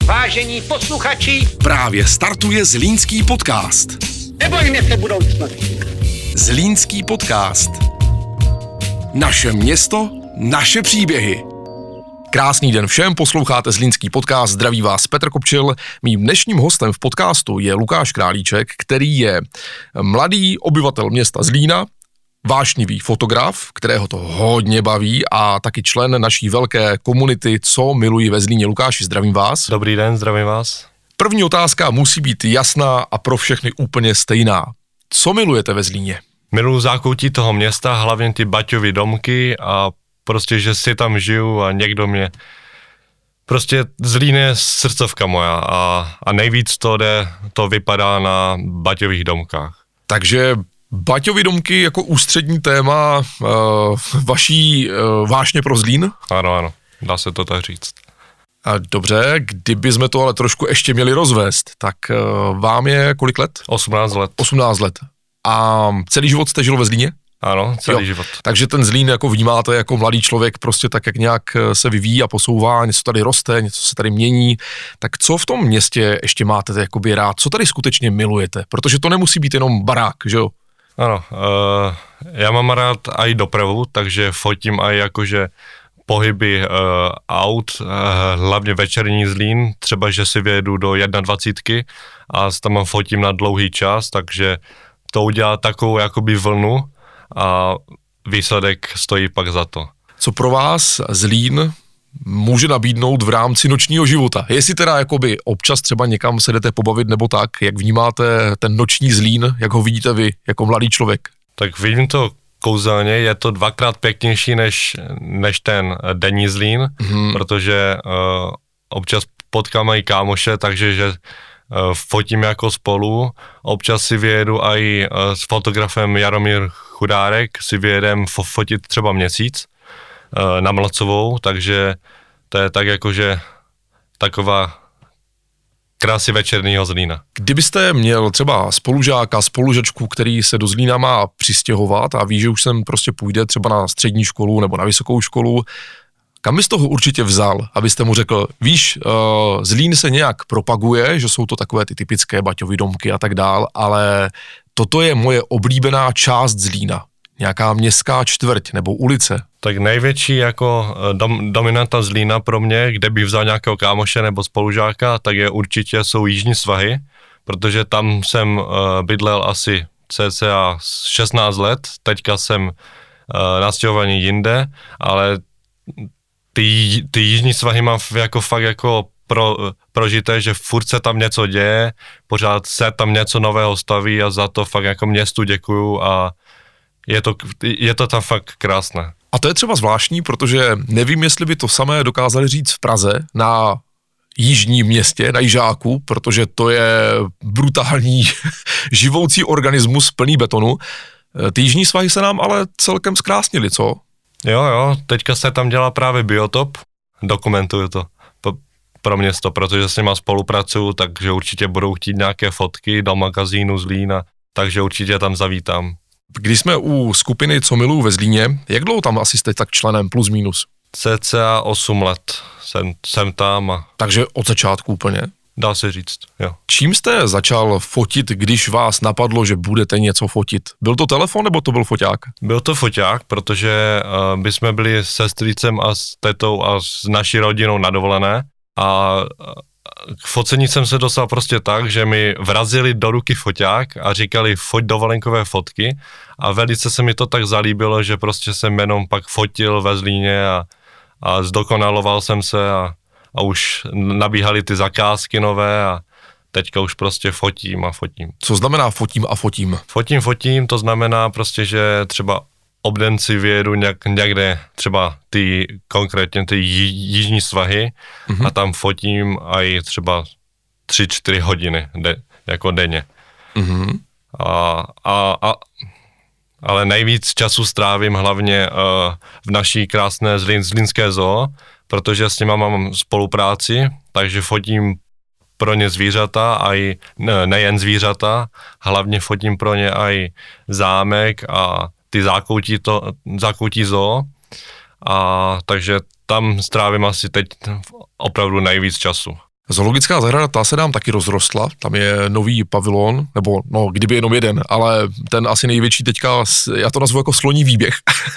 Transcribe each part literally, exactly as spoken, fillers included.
Vážení posluchači, právě startuje Zlínský podcast. Nebojme se budoucnosti. Zlínský podcast. Naše město, naše příběhy. Krásný den všem, posloucháte Zlínský podcast, zdraví vás Petr Kopčil. Mým dnešním hostem v podcastu je Lukáš Králíček, který je mladý obyvatel města Zlína, vášnivý fotograf, kterého to hodně baví a taky člen naší velké komunity Co miluji ve Zlíně. Lukáši, zdravím vás. Dobrý den, zdravím vás. První otázka musí být jasná a pro všechny úplně stejná. Co milujete ve Zlíně? Miluji zákoutí toho města, hlavně ty baťové domky a prostě, že si tam žiju a někdo mě... Prostě Zlín je srdcovka moja a, a nejvíc to jde, to vypadá na baťových domkách. Takže baťové domky jako ústřední téma uh, vaší uh, vášně pro Zlín? Ano, ano, dá se to tak říct. A dobře, kdyby jsme to ale trošku ještě měli rozvést, tak uh, vám je kolik let? osmnáct let. osmnáct let. A celý život jste žil ve Zlíně? Ano, celý jo. život. Takže ten Zlín jako vnímáte jako mladý člověk prostě tak, jak nějak se vyvíjí a posouvá, něco tady roste, něco se tady mění. Tak co v tom městě ještě máte jakoby rád? Co tady skutečně milujete? Protože to nemusí být jenom barák, že jo? Ano, uh, já mám rád i dopravu, takže fotím i jakože pohyby uh, aut, uh, hlavně večerní Zlín, třeba že si vyjedu do dvacítky jedna a tam fotím na dlouhý čas, takže to udělá takovou jakoby vlnu a výsledek stojí pak za to. Co pro vás Zlín může nabídnout v rámci nočního života? Jestli teda jakoby občas třeba někam se jdete pobavit nebo tak, jak vnímáte ten noční Zlín, jak ho vidíte vy jako mladý člověk? Tak vidím to kouzelně, je to dvakrát pěknější než, než ten denní Zlín, hmm. protože uh, občas potkám i kámoše, takže že uh, fotím jako spolu, občas si vyjedu i uh, s fotografem Jaromír Chudárek, si vyjedem fo- fotit třeba měsíc uh, na Mlacovou, takže to je tak jakože taková krásy večerního Zlína. Kdybyste měl třeba spolužáka, spolužačku, který se do Zlína má přistěhovat a ví, že už sem prostě půjde třeba na střední školu nebo na vysokou školu, kam byste ho určitě vzal, abyste mu řekl, víš, uh, Zlín se nějak propaguje, že jsou to takové ty typické baťové domky a tak dál, ale toto je moje oblíbená část Zlína. Nějaká městská čtvrť nebo ulice. Tak největší jako dom, dominanta Zlína pro mě, kde bych vzal nějakého kámoše nebo spolužáka, tak je určitě jsou Jižní svahy, protože tam jsem uh, bydlel asi cca šestnáct let, teďka jsem uh, nastěhovaný jinde, ale ty, ty Jižní svahy mám jako fakt jako pro, prožité, že furt se tam něco děje, pořád se tam něco nového staví a za to fakt jako městu děkuju a je to, je to tam fakt krásné. A to je třeba zvláštní, protože nevím, jestli by to samé dokázali říct v Praze na jižním městě, na Jižáku, protože to je brutální živoucí organismus plný betonu. Ty jižní svahy se nám ale celkem zkrásnily, co? Jo, jo, teďka se tam dělá právě biotop, dokumentuju to pro město, protože s nima spolupracuju, takže určitě budou chtít nějaké fotky do magazínu Zlína, takže určitě tam zavítám. Když jsme u skupiny Co miluji ve Zlíně, jak dlouho tam asi jste tak členem plus minus? cca osm let jsem, jsem tam a... Takže od začátku úplně? Dá se říct, jo. Čím jste začal fotit, když vás napadlo, že budete něco fotit? Byl to telefon nebo to byl foťák? Byl to foťák, protože uh, my jsme byli se strýcem a s tetou a s naší rodinou na dovolené a uh, k focení jsem se dostal prostě tak, že mi vrazili do ruky foťák a říkali foť dovolenkové fotky a velice se mi to tak zalíbilo, že prostě jsem jenom pak fotil ve Zlíně a, a zdokonaloval jsem se a, a už nabíhaly ty zakázky nové a teďka už prostě fotím a fotím. Co znamená fotím a fotím? Fotím, fotím, to znamená prostě, že třeba obden si vyjedu nějak, někde, třeba ty konkrétně ty jižní svahy mm-hmm. a tam fotím i třeba tři čtyři hodiny de, jako denně. Mm-hmm. A, a, a, ale nejvíc času strávím hlavně uh, v naší krásné Zlín, Zlínské zoo, protože s nima mám spolupráci, takže fotím pro ně zvířata, a i ne, nejen zvířata, hlavně fotím pro ně i zámek a ty zákoutí, to, zákoutí zoo, a takže tam strávím asi teď opravdu nejvíc času. Zoologická zahrada, ta se nám taky rozrostla, tam je nový pavilon, nebo no, kdyby jenom jeden, ale ten asi největší teďka, já to nazvu jako sloní výběh.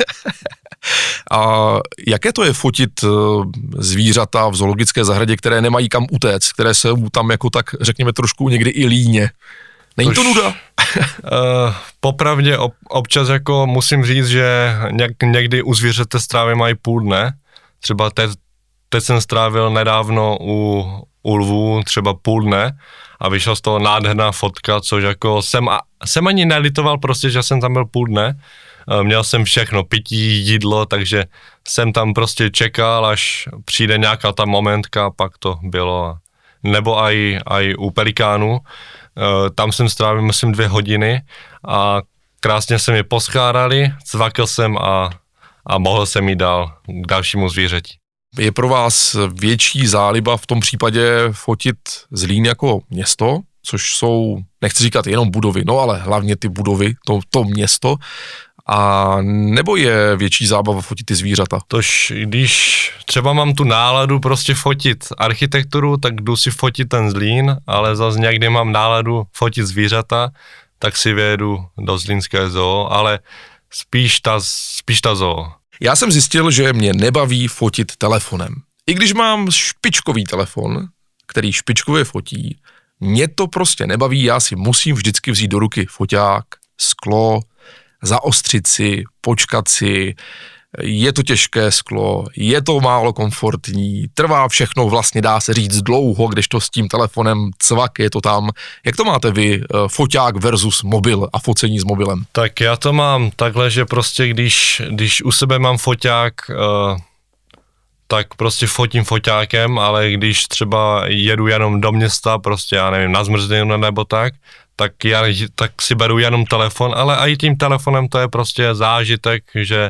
A jaké to je fotit zvířata v zoologické zahradě, které nemají kam utéct, které se tam jako tak, řekněme, trošku někdy i líně? Není to nuda? uh, popravdě ob, občas jako musím říct, že něk, někdy u zvířete strávy mají půl dne. Třeba teď, teď jsem strávil nedávno u, u lvů třeba půl dne a vyšla z toho nádherná fotka, což jako jsem, jsem ani nelitoval prostě, že jsem tam byl půl dne. Uh, měl jsem všechno, pití, jídlo, takže jsem tam prostě čekal, až přijde nějaká ta momentka, pak to bylo. Nebo aj, aj u pelikánu. Uh, tam jsem strávil, myslím, dvě hodiny a krásně se mi poschárali, cvakl jsem a, a mohl jsem jít dál k dalšímu zvířeti. Je pro vás větší záliba v tom případě fotit Zlín jako město, což jsou, nechci říkat jenom budovy, no ale hlavně ty budovy, to, to město, a nebo je větší zábava fotit ty zvířata? Tož když třeba mám tu náladu prostě fotit architekturu, tak jdu si fotit ten Zlín, ale zase někdy mám náladu fotit zvířata, tak si vyjedu do zlínské zoo, ale spíš ta, spíš ta zoo. Já jsem zjistil, že mě nebaví fotit telefonem. I když mám špičkový telefon, který špičkově fotí, mě to prostě nebaví, já si musím vždycky vzít do ruky foťák, sklo, zaostřit si, počkat si, je to těžké sklo, je to málo komfortní, trvá všechno, vlastně dá se říct dlouho, kdežto s tím telefonem cvak, je to tam. Jak to máte vy, foťák versus mobil a focení s mobilem? Tak já to mám takhle, že prostě když, když u sebe mám foťák, uh, tak prostě fotím foťákem, ale když třeba jedu jenom do města, prostě já nevím, na zmrzlinu nebo tak, tak já tak si beru jenom telefon, ale i tím telefonem to je prostě zážitek, že,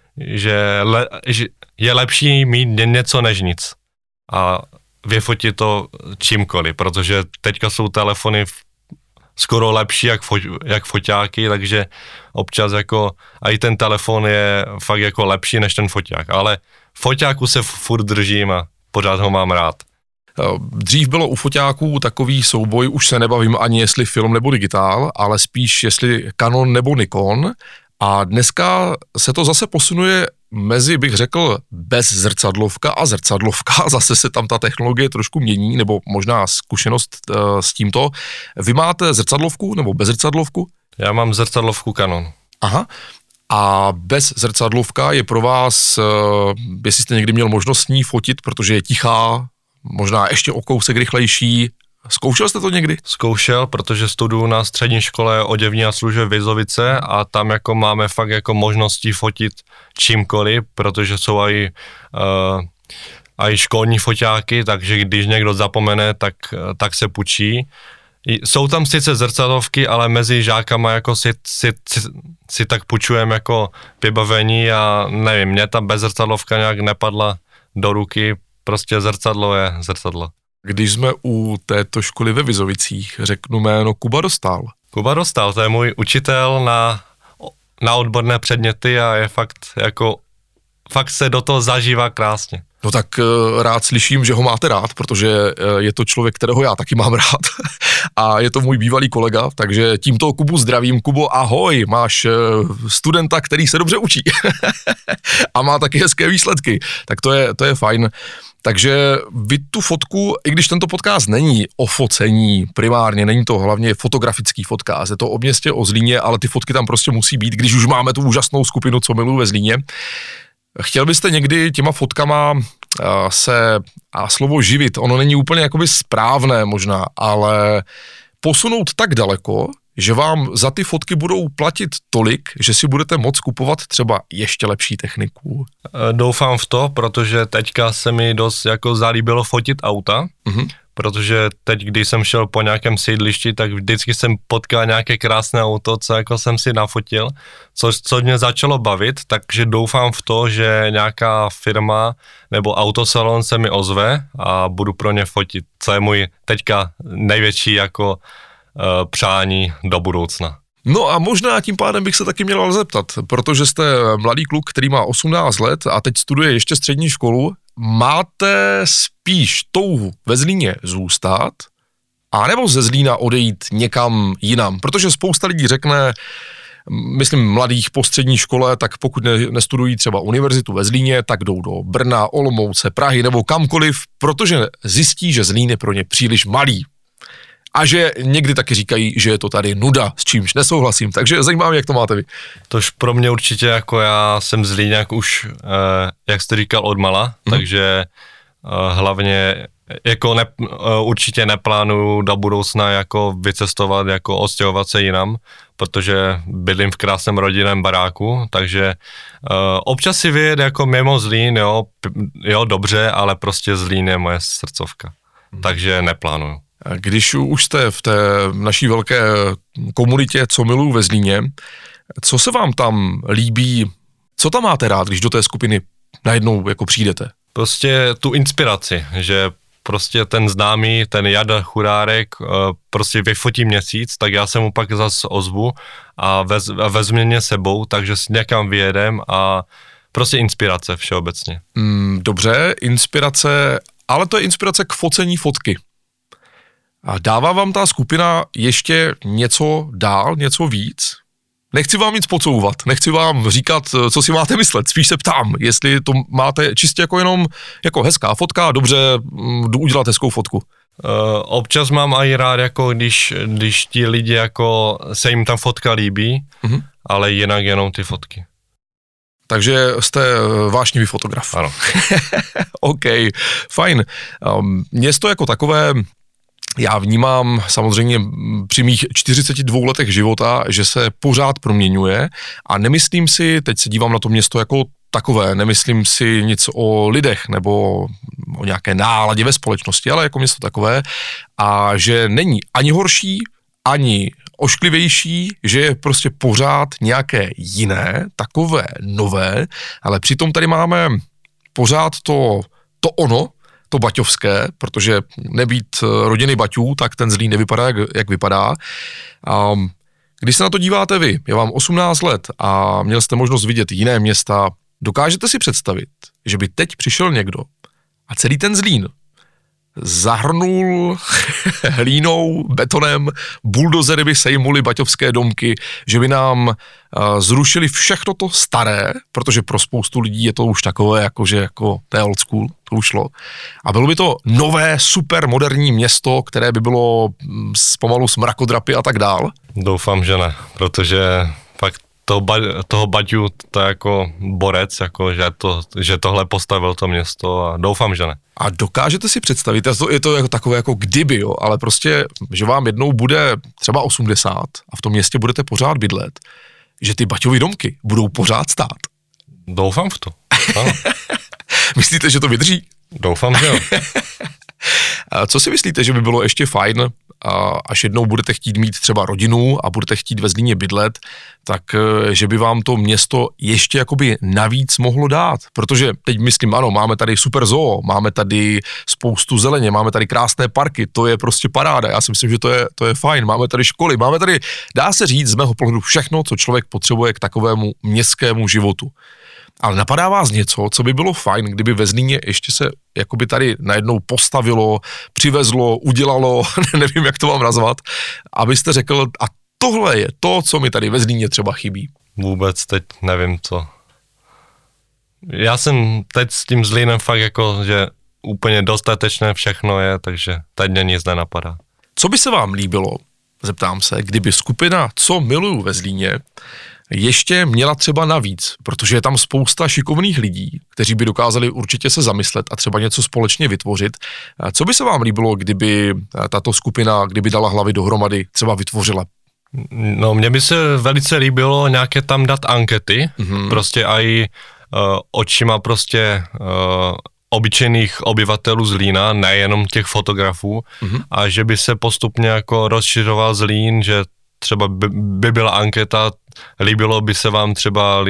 že, le, že je lepší mít něco než nic. A vyfotit to čímkoliv, protože teďka jsou telefony skoro lepší jak, fo, jak foťáky, takže občas jako i ten telefon je fakt jako lepší než ten foťák, ale foťáku se furt držím a pořád ho mám rád. Dřív bylo u foťáků takový souboj, už se nebavím ani jestli film nebo digitál, ale spíš jestli Canon nebo Nikon, a dneska se to zase posunuje mezi, bych řekl, bez zrcadlovka a zrcadlovka, zase se tam ta technologie trošku mění, nebo možná zkušenost uh, s tímto. Vy máte zrcadlovku nebo bez zrcadlovku? Já mám zrcadlovku Canon. Aha. A bez zrcadlovka je pro vás, uh, jestli jste někdy měl možnost s ní fotit, protože je tichá, možná ještě o kousek rychlejší. Zkoušel jste to někdy? Zkoušel, protože studuju na střední škole oděvní a služeb Vizovice a tam jako máme fakt jako možnosti fotit čímkoliv, protože jsou i uh, aj školní foťáky, takže když někdo zapomene, tak, tak se půjčí. Jsou tam sice zrcadlovky, ale mezi žákama jako si, si, si, si tak půjčujeme jako vybavení a nevím, mě ta bezzrcadlovka nějak nepadla do ruky, prostě zrcadlo je zrcadlo. Když jsme u této školy ve Vizovicích, řeknu jméno Kuba Dostál. Kuba Dostál, to je můj učitel na, na odborné předměty a je fakt jako, fakt se do toho zažívá krásně. No tak rád slyším, že ho máte rád, protože je to člověk, kterého já taky mám rád a je to můj bývalý kolega, takže tímto Kubu zdravím. Kubo, ahoj, máš studenta, který se dobře učí a má taky hezké výsledky, tak to je, to je fajn. Takže vy tu fotku, i když tento podcast není o focení primárně, není to hlavně fotografický podcast, je to o městě, o Zlíně, ale ty fotky tam prostě musí být, když už máme tu úžasnou skupinu, co miluju ve Zlíně. Chtěl byste někdy těma fotkama se, a slovo živit, ono není úplně jakoby správné možná, ale posunout tak daleko, že vám za ty fotky budou platit tolik, že si budete moct kupovat třeba ještě lepší techniku? Doufám v to, protože teďka se mi dost jako zalíbilo fotit auta, mm-hmm. protože teď, když jsem šel po nějakém sídlišti, tak vždycky jsem potkal nějaké krásné auto, co jako jsem si nafotil, co, co mě začalo bavit, takže doufám v to, že nějaká firma nebo autosalon se mi ozve a budu pro ně fotit, co je můj teďka největší jako uh, přání do budoucna. No a možná tím pádem bych se taky měl zeptat, protože jste mladý kluk, který má osmnáct let a teď studuje ještě střední školu. máte spíš touhu ve Zlíně zůstat, a nebo ze Zlína odejít někam jinam? Protože spousta lidí řekne, myslím mladých po střední škole, tak pokud ne, nestudují třeba univerzitu ve Zlíně, tak jdou do Brna, Olomouce, Prahy nebo kamkoliv, protože zjistí, že Zlín je pro ně příliš malý. A že někdy taky říkají, že je to tady nuda, s čímž nesouhlasím, takže zajímá mě, jak to máte vy. Tož pro mě určitě, jako já jsem Zlíňák už, eh, jak jste říkal, odmala, hmm. takže eh, hlavně jako ne, eh, určitě neplánuju do budoucna jako vycestovat, jako odstěhovat se jinam, protože bydlím v krásném rodinném baráku, takže uh, občas si vyjet jako mimo Zlín, jo, jo, dobře, ale prostě Zlín je moje srdcovka, hmm. takže neplánuju. Když už jste v té naší velké komunitě Co miluju ve Zlíně, co se vám tam líbí, co tam máte rád, když do té skupiny najednou jako přijdete? Prostě tu inspiraci, že prostě ten známý, ten Jada Chudárek prostě vyfotí měsíc, tak já se mu pak zase ozvu a, vez, a vezme mě sebou, takže s někam vyjedem a prostě inspirace všeobecně. Mm, dobře, inspirace, ale to je inspirace k focení fotky. A dává vám ta skupina ještě něco dál, něco víc? Nechci vám nic podsouvat, nechci vám říkat, co si máte myslet, spíš se ptám, jestli to máte čistě jako jenom jako hezká fotka, dobře, jdu udělat hezkou fotku. Uh, občas mám i rád, jako když, když ti lidi jako se jim ta fotka líbí, uh-huh. ale jinak jenom ty fotky. Takže jste vášnivý fotograf. Ano. OK, fajn. Um, město jako takové, já vnímám samozřejmě při mých čtyřiceti dvou letech života, že se pořád proměňuje a nemyslím si, teď se dívám na to město jako takové, nemyslím si nic o lidech nebo o nějaké náladě ve společnosti, ale jako město takové a že není ani horší, ani ošklivější, že je prostě pořád nějaké jiné, takové nové, ale přitom tady máme pořád to, to ono, to baťovské, protože nebýt rodiny Baťů, tak ten Zlín nevypadá, jak, jak vypadá. A když se na to díváte vy, je vám osmnáct let a měl jste možnost vidět jiné města, dokážete si představit, že by teď přišel někdo a celý ten Zlín zahrnul hlínou, betonem, buldozery by sejmuli baťovské domky, že by nám uh, zrušili všechno to staré, protože pro spoustu lidí je to už takové, jakože jako to je old school, to už šlo. A bylo by to nové, super moderní město, které by bylo um, pomalu s mrakodrapy a tak dál? Doufám, že ne, protože fakt toho, ba, toho Baťu to je jako borec, jako že, to, že tohle postavil to město a doufám, že ne. A dokážete si představit, je to jako takové jako kdyby, jo, ale prostě, že vám jednou bude třeba osmdesát a v tom městě budete pořád bydlet, že ty Baťovy domky budou pořád stát. Doufám v to, ano. Myslíte, že to vydrží? Doufám, že jo. A co si myslíte, že by bylo ještě fajn, až jednou budete chtít mít třeba rodinu a budete chtít ve Zlíně bydlet, tak že by vám to město ještě jakoby navíc mohlo dát, protože teď myslím, ano, máme tady super zoo, máme tady spoustu zeleně, máme tady krásné parky, to je prostě paráda, já si myslím, že to je, to je fajn, máme tady školy, máme tady, dá se říct z mého pohledu všechno, co člověk potřebuje k takovému městskému životu. Ale napadá vás něco, co by bylo fajn, kdyby ve Zlíně ještě se jakoby tady najednou postavilo, přivezlo, udělalo, nevím, jak to mám nazvat, abyste řekl, a tohle je to, co mi tady ve Zlíně třeba chybí. Vůbec teď nevím, co. Já jsem teď s tím Zlínem fakt jako, že úplně dostatečné všechno je, takže teď mě nic nenapadá. Co by se vám líbilo, zeptám se, kdyby skupina Co miluju ve Zlíně ještě měla třeba navíc, protože je tam spousta šikovných lidí, kteří by dokázali určitě se zamyslet a třeba něco společně vytvořit. Co by se vám líbilo, kdyby tato skupina, kdyby dala hlavy dohromady, třeba vytvořila? No, mně by se velice líbilo nějaké tam dát ankety, mm-hmm. prostě i uh, očima prostě uh, obyčejných obyvatelů Zlína, nejenom těch fotografů, mm-hmm. a že by se postupně jako rozšiřoval Zlín, že třeba by, by byla anketa, líbilo by se vám třeba uh,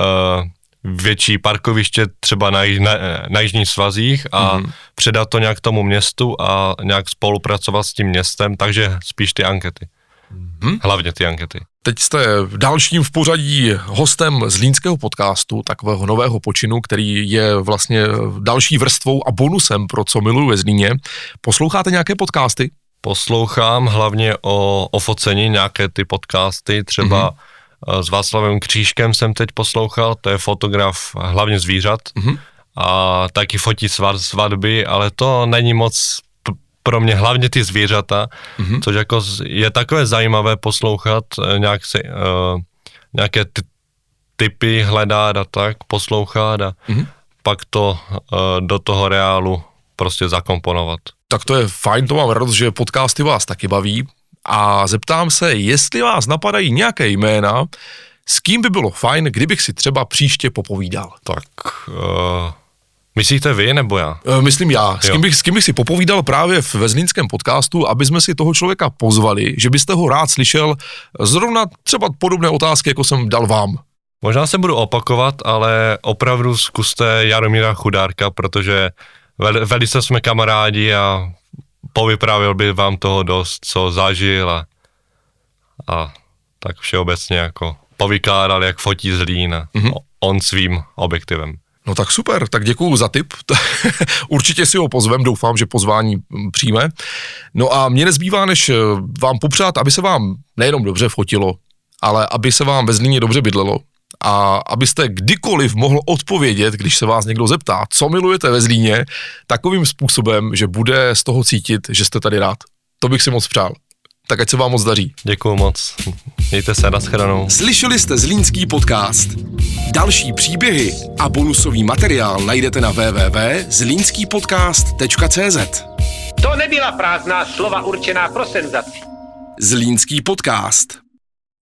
větší parkoviště třeba na, na, na jižních svazích a mm. předat to nějak tomu městu a nějak spolupracovat s tím městem, takže spíš ty ankety. Hmm? Hlavně ty ankety. Teď jste dalším v pořadí hostem Zlínského podcastu, takového nového počinu, který je vlastně další vrstvou a bonusem pro Co miluju ve Zlíně. Posloucháte nějaké podcasty? Poslouchám hlavně o, o focení, nějaké ty podcasty, třeba mm-hmm. s Václavem Křížkem jsem teď poslouchal, to je fotograf hlavně zvířat mm-hmm. a taky fotí svatby, ale to není moc pro mě hlavně ty zvířata, mm-hmm. což jako je takové zajímavé poslouchat, nějak si, uh, nějaké ty, typy hledat a tak, poslouchat a mm-hmm. pak to uh, do toho reálu prostě zakomponovat. Tak to je fajn, to mám radost, že podcasty vás taky baví a zeptám se, jestli vás napadají nějaké jména, s kým by bylo fajn, kdybych si třeba příště popovídal. Tak... Uh... Myslíte vy nebo já? Myslím já. S kým, bych, s kým bych si popovídal právě ve zlínském podcastu, aby jsme si toho člověka pozvali, že byste ho rád slyšel zrovna třeba podobné otázky, jako jsem dal vám. Možná se budu opakovat, ale opravdu zkuste Jaromíra Chudárka, protože vel, velice jsme kamarádi a povyprávěl by vám toho dost, co zažil a, a tak všeobecně jako povykládal, jak fotí Zlín a mm-hmm. on svým objektivem. No tak super, tak děkuju za tip. Určitě si ho pozvem, doufám, že pozvání přijme. No a mě nezbývá, než vám popřát, aby se vám nejenom dobře fotilo, ale aby se vám ve Zlíně dobře bydlelo a abyste kdykoliv mohl odpovědět, když se vás někdo zeptá, co milujete ve Zlíně, takovým způsobem, že bude z toho cítit, že jste tady rád. To bych si moc přál. Tak ať se vám moc daří. Děkuju moc. Mějte se, nashledanou. Slyšeli jste Zlínský podcast. Další příběhy a bonusový materiál najdete na w w w tečka zlínský podcast tečka c z. To nebyla prázdná slova určená pro senzaci. Zlínský podcast.